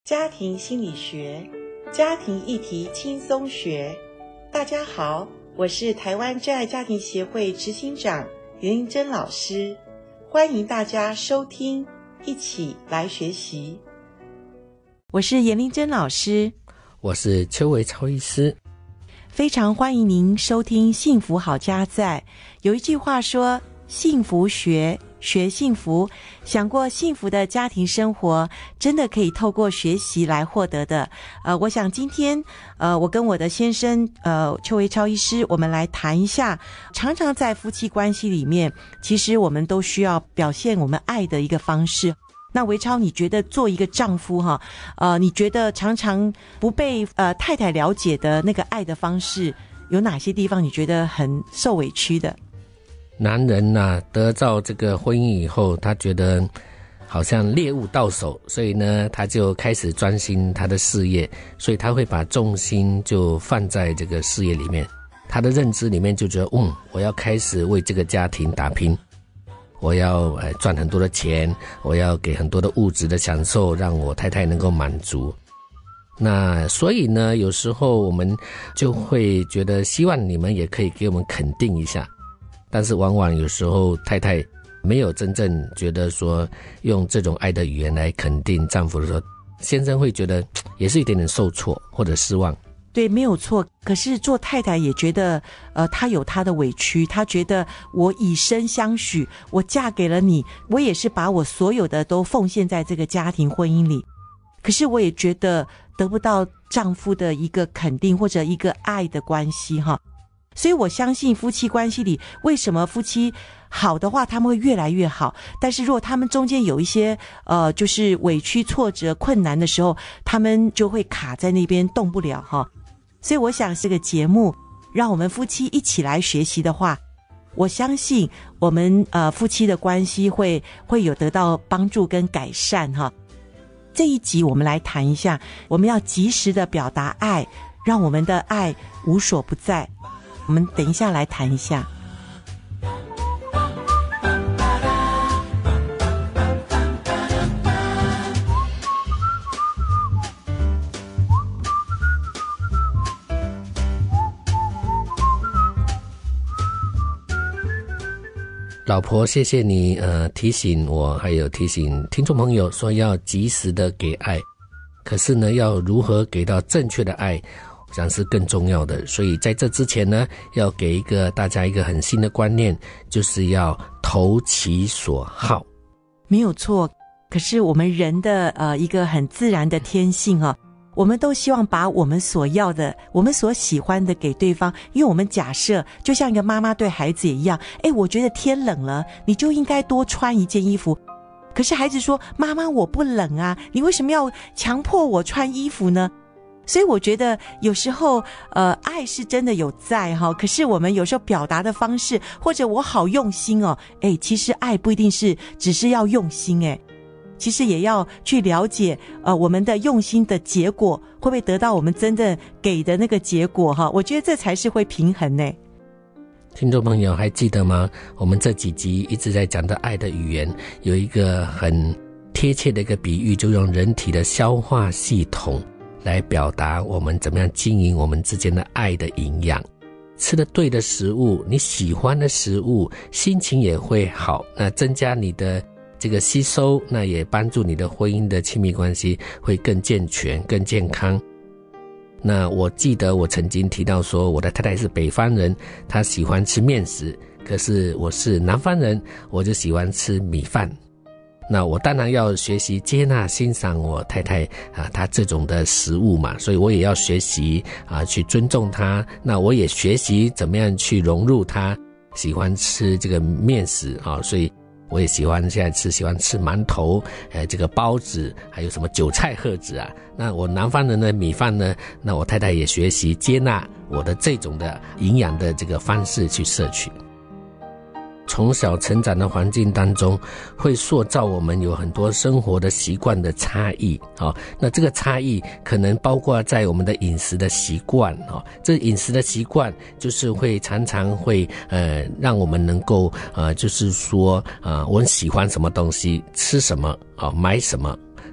家庭心理学，家庭议题轻松学。大家好，我是台湾真爱家庭协会执行长严玲珍老师，欢迎大家收听，一起来学习。我是严玲珍老师， 我是邱维超医师， 非常欢迎您收听幸福好家在。有一句话说，幸福学幸福，想过幸福的家庭生活，真的可以透过学习来获得的。我想今天我跟我的先生邱维超医师，我们来谈一下，常常在夫妻关系里面，其实我们都需要表现我们爱的一个方式。那维超，你觉得做一个丈夫你觉得常常不被太太了解的那个爱的方式，有哪些地方你觉得很受委屈的？ 男人得到这个婚姻以后，他觉得好像猎物到手，所以呢他就开始专心他的事业，所以他会把重心就放在这个事业里面。他的认知里面就觉得我要开始为这个家庭打拼，我要赚很多的钱，我要给很多的物质的享受，让我太太能够满足。那所以呢，有时候我们就会觉得希望你们也可以给我们肯定一下，但是往往有时候太太没有真正觉得说用这种爱的语言来肯定丈夫的时候，先生会觉得也是一点点受挫或者失望。 对，没有错。可是做太太也觉得她有她的委屈，她觉得我以身相许，我嫁给了你，我也是把我所有的都奉献在这个家庭婚姻里，可是我也觉得得不到丈夫的一个肯定或者一个爱的关系所以我相信夫妻关系里，为什么夫妻好的话他们会越来越好，但是如果他们中间有一些就是委屈挫折困难的时候，他们就会卡在那边动不了所以我想这个节目让我们夫妻一起来学习的话，我相信我们夫妻的关系会有得到帮助跟改善这一集我们来谈一下，我们要及时的表达爱，让我们的爱无所不在。我们等一下来谈一下。 老婆，谢谢你提醒我，还有提醒听众朋友说要及时的给爱，可是呢要如何给到正确的爱，我想是更重要的。所以在这之前呢，要给大家一个很新的观念，就是要投其所好。 没有错，可是我们人的一个很自然的天性我们都希望把我们所要的，我们所喜欢的给对方，因为我们假设就像一个妈妈对孩子也一样，我觉得天冷了，你就应该多穿一件衣服。可是孩子说，妈妈我不冷啊，你为什么要强迫我穿衣服呢？所以我觉得有时候爱是真的有在可是我们有时候表达的方式，或者我好用心其实爱不一定是只是要用心其实也要去了解我们的用心的结果会不会得到我们真正给的那个结果我觉得这才是会平衡听众朋友还记得吗？我们这几集一直在讲的爱的语言，有一个很贴切的一个比喻，就用人体的消化系统来表达我们怎么样经营我们之间的爱的营养。吃的对的食物，你喜欢的食物，心情也会好，那增加你的这个吸收，那也帮助你的婚姻的亲密关系会更健全更健康。那我记得我曾经提到说，我的太太是北方人，她喜欢吃面食，可是我是南方人，我就喜欢吃米饭。那我当然要学习接纳欣赏我太太她这种的食物嘛，所以我也要学习去尊重她。那我也学习怎么样去融入她喜欢吃这个面食所以我也现在喜欢吃馒头这个包子，还有什么韭菜盒子那我南方人的米饭呢，那我太太也学习接纳我的这种的营养的这个方式去摄取。从小成长的环境当中，会塑造我们有很多生活的习惯的差异那这个差异可能包括在我们的饮食的习惯这饮食的习惯就是会常常会让我们能够就是说我很喜欢什么东西，吃什么买什么，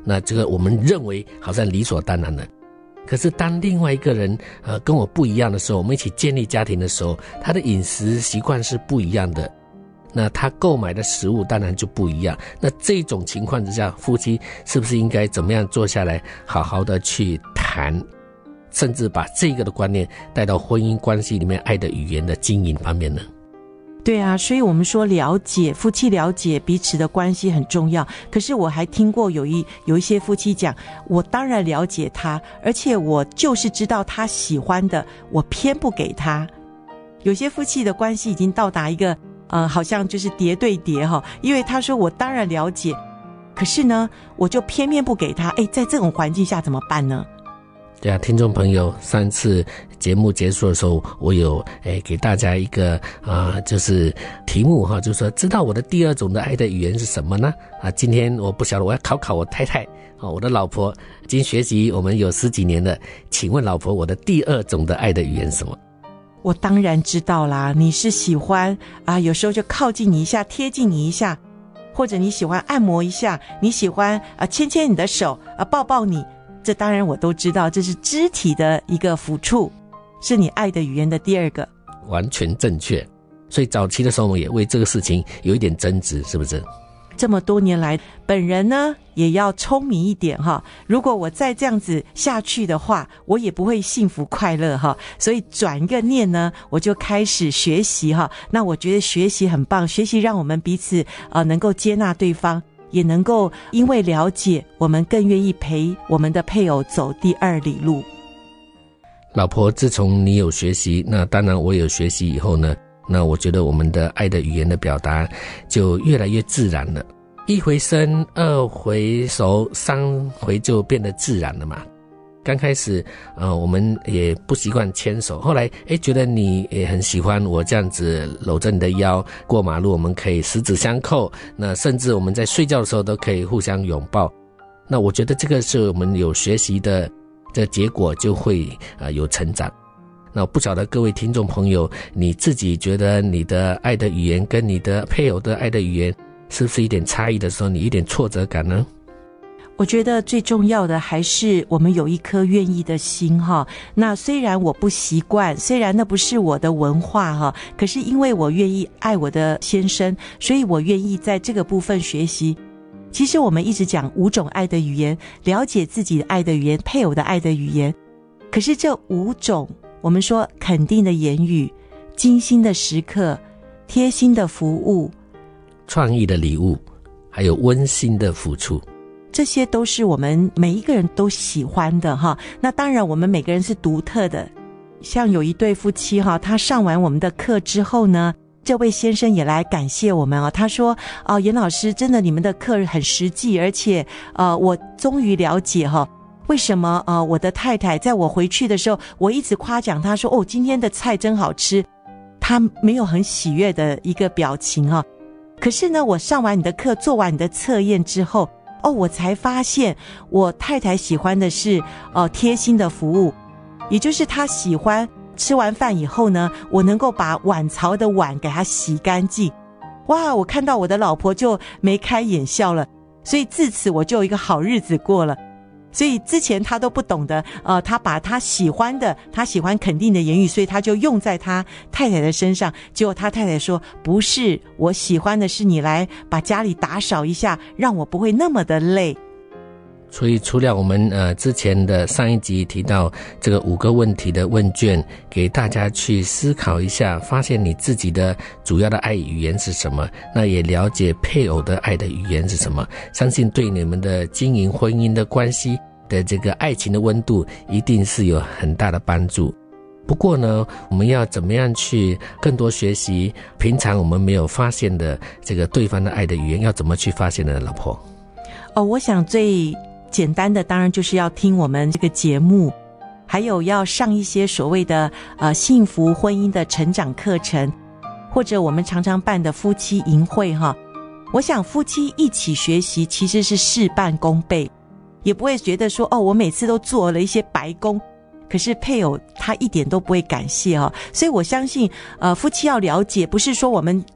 那这个我们认为好像理所当然的。可是当另外一个人跟我不一样的时候，我们一起建立家庭的时候，他的饮食习惯是不一样的，那他购买的食物当然就不一样。那这种情况之下，夫妻是不是应该怎么样坐下来好好的去谈，甚至把这个的观念带到婚姻关系里面爱的语言的经营方面呢？ 对啊，所以我们说了解夫妻了解彼此的关系很重要。可是我还听过有一些夫妻讲，我当然了解他，而且我就是知道他喜欢的，我偏不给他。有些夫妻的关系已经到达一个好像就是叠对叠哈，因为他说我当然了解，可是呢我就偏偏不给他。在这种环境下怎么办呢？ 对啊，听众朋友，上次节目结束的时候，我有给大家一个就是题目哈，就是说知道我的第二种的爱的语言是什么呢？今天我不晓得，我要考我太太我的老婆，已经学习我们有10几年了，请问老婆，我的第二种的爱的语言是什么？ 我当然知道啦，你是喜欢有时候就靠近你一下，贴近你一下，或者你喜欢按摩一下，你喜欢牵牵你的手抱抱你，这当然我都知道，这是肢体的一个抚触，是你爱的语言的第二个。 完全正确。所以早期的时候我们也为这个事情有一点争执，是不是？ 这么多年来，本人呢也要聪明一点哈。如果我再这样子下去的话，我也不会幸福快乐哈。所以转一个念呢，我就开始学习哈。那我觉得学习很棒，学习让我们彼此能够接纳对方，也能够因为了解，我们更愿意陪我们的配偶走第二里路。 老婆，自从你有学习，那当然我有学习以后呢，那我觉得我们的爱的语言的表达就越来越自然了。1回生，2回熟，3回就变得自然了嘛。刚开始我们也不习惯牵手，后来觉得你也很喜欢我这样子搂着你的腰过马路，我们可以十指相扣，那甚至我们在睡觉的时候都可以互相拥抱。那我觉得这个是我们有学习的结果，就会有成长。那我不晓得各位听众朋友，你自己觉得你的爱的语言跟你的配偶的爱的语言是不是一点差异的时候，你一点挫折感呢？ 我觉得最重要的还是我们有一颗愿意的心哈。那虽然我不习惯，虽然那不是我的文化哈，可是因为我愿意爱我的先生，所以我愿意在这个部分学习。其实我们一直讲5种爱的语言，了解自己的爱的语言，配偶的爱的语言。可是这5种，我们说肯定的言语、精心的时刻、贴心的服务、 创意的礼物，还有温馨的付出， 这些都是我们每一个人都喜欢的哈。那当然我们每个人是独特的，像有一对夫妻哈，他上完我们的课之后呢，这位先生也来感谢我们啊。他说严老师，真的你们的课很实际，而且我终于了解哈，为什么我的太太在我回去的时候，我一直夸奖她说今天的菜真好吃，她没有很喜悦的一个表情啊。可是呢，我上完你的课，做完你的测验之后我才发现我太太喜欢的是贴心的服务，也就是她喜欢吃完饭以后呢，我能够把碗槽的碗给她洗干净。哇，我看到我的老婆就眉开眼笑了，所以自此我就有一个好日子过了。所以之前他都不懂得他把他喜欢的，他喜欢肯定的言语，所以他就用在他太太的身上。结果他太太说，不是，我喜欢的是你来把家里打扫一下，让我不会那么的累。 所以除了我们之前的上一集提到这个5个问题的问卷，给大家去思考一下，发现你自己的主要的爱语言是什么，那也了解配偶的爱的语言是什么，相信对你们的经营婚姻的关系的这个爱情的温度一定是有很大的帮助。不过呢，我们要怎么样去更多学习平常我们没有发现的这个对方的爱的语言，要怎么去发现呢？老婆我想最简单的当然就是要听我们这个节目，还有要上一些所谓的幸福婚姻的成长课程，或者我们常常办的夫妻营会哈。我想夫妻一起学习其实是事半功倍，也不会觉得说我每次都做了一些白工，可是配偶他一点都不会感谢所以我相信夫妻要了解，不是说我们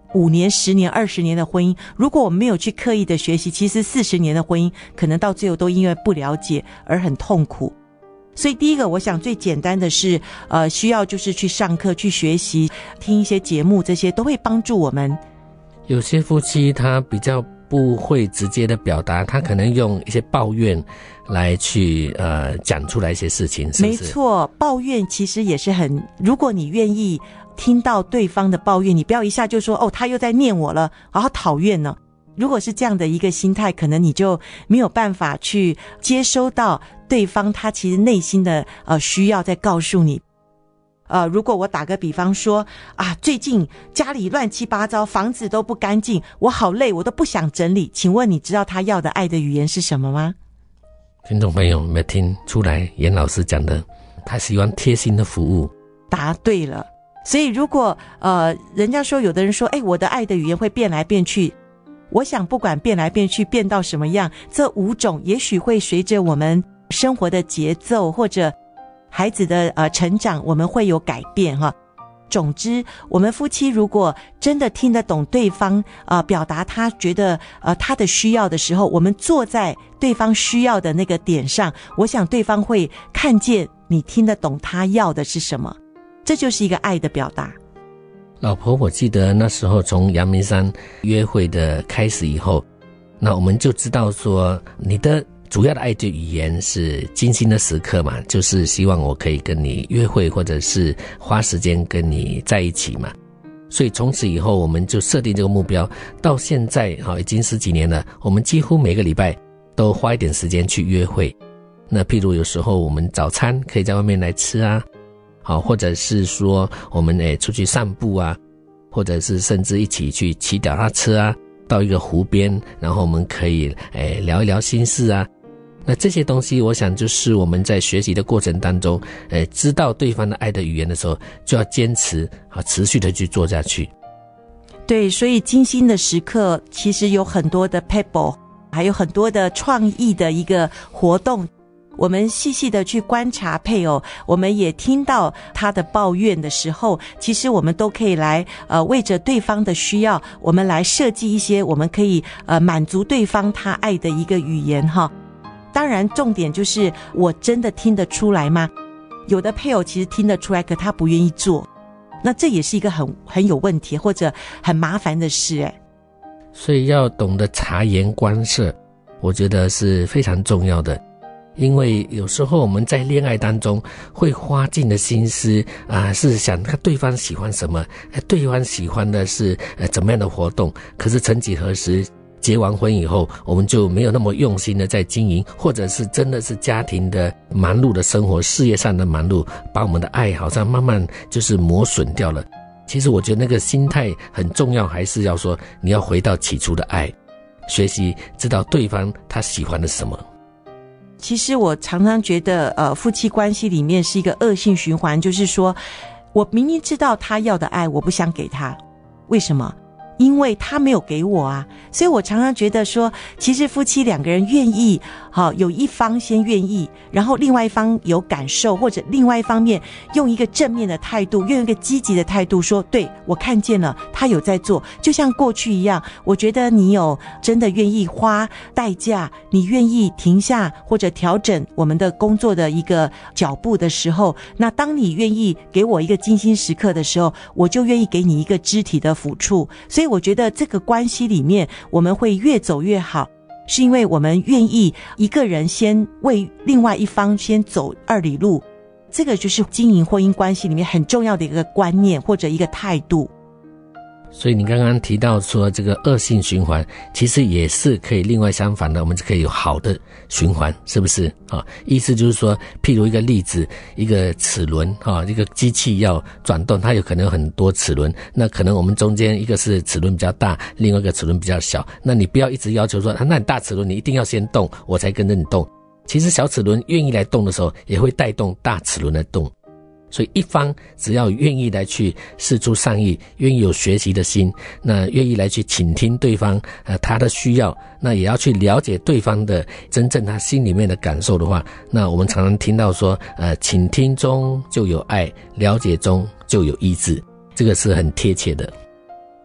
5年、10年、20年的婚姻，如果我们没有去刻意的学习，其实40年的婚姻可能到最后都因为不了解而很痛苦。所以第一个我想最简单的是需要就是去上课去学习，听一些节目，这些都会帮助我们。 有些夫妻他比较不会直接的表达，他可能用一些抱怨来去讲出来一些事情，是不是？没错，抱怨其实也是很，如果你愿意听到对方的抱怨，你不要一下就说哦他又在念我了，好讨厌呢。如果是这样的一个心态，可能你就没有办法去接收到对方他其实内心的需要在告诉你。如果我打个比方说最近家里乱七八糟，房子都不干净，我好累，我都不想整理，请问你知道他要的爱的语言是什么吗？ 听众朋友有没有听出来严老师讲的，他希望贴心的服务。 答对了。所以如果人家说有的人说我的爱的语言会变来变去，我想不管变来变去变到什么样，这5种也许会随着我们生活的节奏或者孩子的成长，我们会有改变哈。总之我们夫妻如果真的听得懂对方表达他觉得他的需要的时候，我们坐在对方需要的那个点上，我想对方会看见你听得懂他要的是什么，这就是一个爱的表达。 老婆，我记得那时候从阳明山约会的开始以后，那我们就知道说你的主要的爱的语言是精心的时刻嘛，就是希望我可以跟你约会，或者是花时间跟你在一起嘛。所以从此以后我们就设定这个目标，到现在已经10几年了，我们几乎每个礼拜都花一点时间去约会。那譬如有时候我们早餐可以在外面来吃或者是说我们出去散步或者是甚至一起去骑脚踏车到一个湖边，然后我们可以聊一聊心事那这些东西我想就是我们在学习的过程当中知道对方的爱的语言的时候，就要坚持持续的去做下去。 对，所以精心的时刻其实有很多的 pebble， 还有很多的创意的一个活动，我们细细的去观察配偶，我们也听到他的抱怨的时候，其实我们都可以来为着对方的需要，我们来设计一些我们可以满足对方他爱的一个语言哈。当然重点就是我真的听得出来吗？有的配偶其实听得出来，可他不愿意做，那这也是一个很有问题或者很麻烦的事所以要懂得察言观色，我觉得是非常重要的。因为有时候我们在恋爱当中会花尽的心思是想看对方喜欢什么，对方喜欢的是怎么样的活动，可是曾几何时结完婚以后，我们就没有那么用心的在经营，或者是真的是家庭的忙碌的生活，事业上的忙碌，把我们的爱好像慢慢就是磨损掉了。其实我觉得那个心态很重要，还是要说你要回到起初的爱，学习知道对方他喜欢的什么。 其实我常常觉得夫妻关系里面是一个恶性循环，就是说我明明知道他要的爱我不想给他，为什么？因为他没有给我所以我常常觉得说，其实夫妻2个人愿意有一方先愿意，然后另外一方有感受，或者另外一方面用一个正面的态度，用一个积极的态度说，对，我看见了他有在做，就像过去一样，我觉得你有真的愿意花代价，你愿意停下或者调整我们的工作的一个脚步的时候，那当你愿意给我一个精心时刻的时候，我就愿意给你一个肢体的抚触。所以我觉得这个关系里面我们会越走越好，是因为我们愿意一个人先为另外一方先走2里路，这个就是经营婚姻关系里面很重要的一个观念或者一个态度。 所以你刚刚提到说这个恶性循环，其实也是可以另外相反的，我们就可以有好的循环，是不是意思就是说，譬如一个例子，一个齿轮一个机器要转动，它有可能有很多齿轮，那可能我们中间一个是齿轮比较大，另外一个齿轮比较小，那你不要一直要求说那你大齿轮你一定要先动我才跟着你动，其实小齿轮愿意来动的时候也会带动大齿轮来动。所以一方只要愿意来去释出善意，愿意有学习的心，那愿意来去倾听对方他的需要，那也要去了解对方的真正他心里面的感受的话，那我们常常听到说倾听中就有爱，了解中就有医治，这个是很贴切的。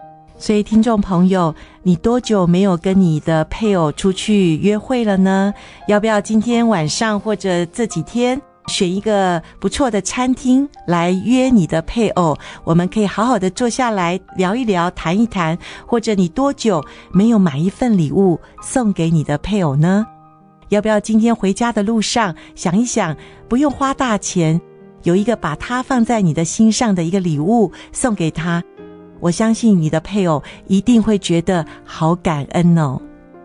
所以听众朋友，你多久没有跟你的配偶出去约会了呢？要不要今天晚上或者这几天选一个不错的餐厅来约你的配偶，我们可以好好的坐下来聊一聊，谈一谈。或者你多久没有买一份礼物送给你的配偶呢？要不要今天回家的路上想一想，不用花大钱，有一个把它放在你的心上的一个礼物送给他，我相信你的配偶一定会觉得好感恩哦。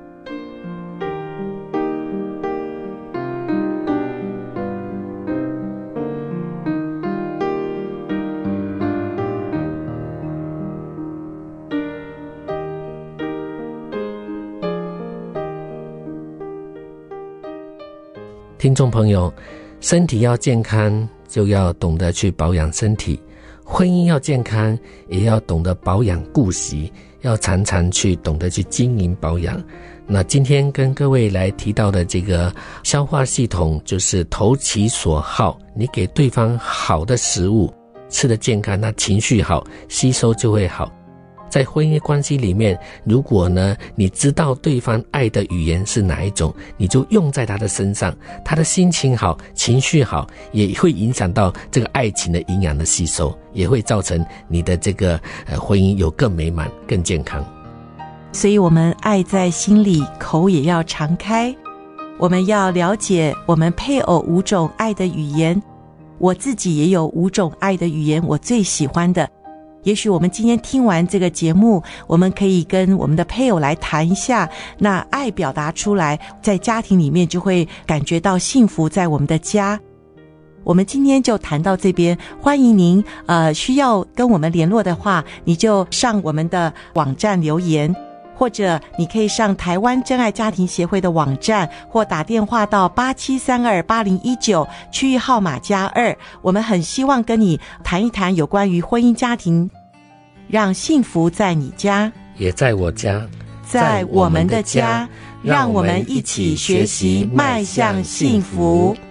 听众朋友，身体要健康，就要懂得去保养身体；婚姻要健康，也要懂得保养顾惜，要常常去懂得去经营保养。那今天跟各位来提到的这个消化系统，就是投其所好，你给对方好的食物，吃得健康，那情绪好，吸收就会好。在婚姻关系里面，如果呢你知道对方爱的语言是哪一种，你就用在他的身上，他的心情好，情绪好，也会影响到这个爱情的营养的吸收，也会造成你的这个婚姻有更美满更健康。 所以我们爱在心里，口也要常开。我们要了解我们配偶5种爱的语言，我自己也有5种爱的语言，我最喜欢的。也许我们今天听完这个节目，我们可以跟我们的配偶来谈一下，那爱表达出来，在家庭里面就会感觉到幸福在我们的家。我们今天就谈到这边，欢迎您需要跟我们联络的话，你就上我们的网站留言，或者你可以上台湾真爱家庭协会的网站，或打电话到87328019区域号码+2，我们很希望跟你谈一谈有关于婚姻家庭，让幸福在你家， 也在我家， 在我们的家，让我们一起学习迈向幸福。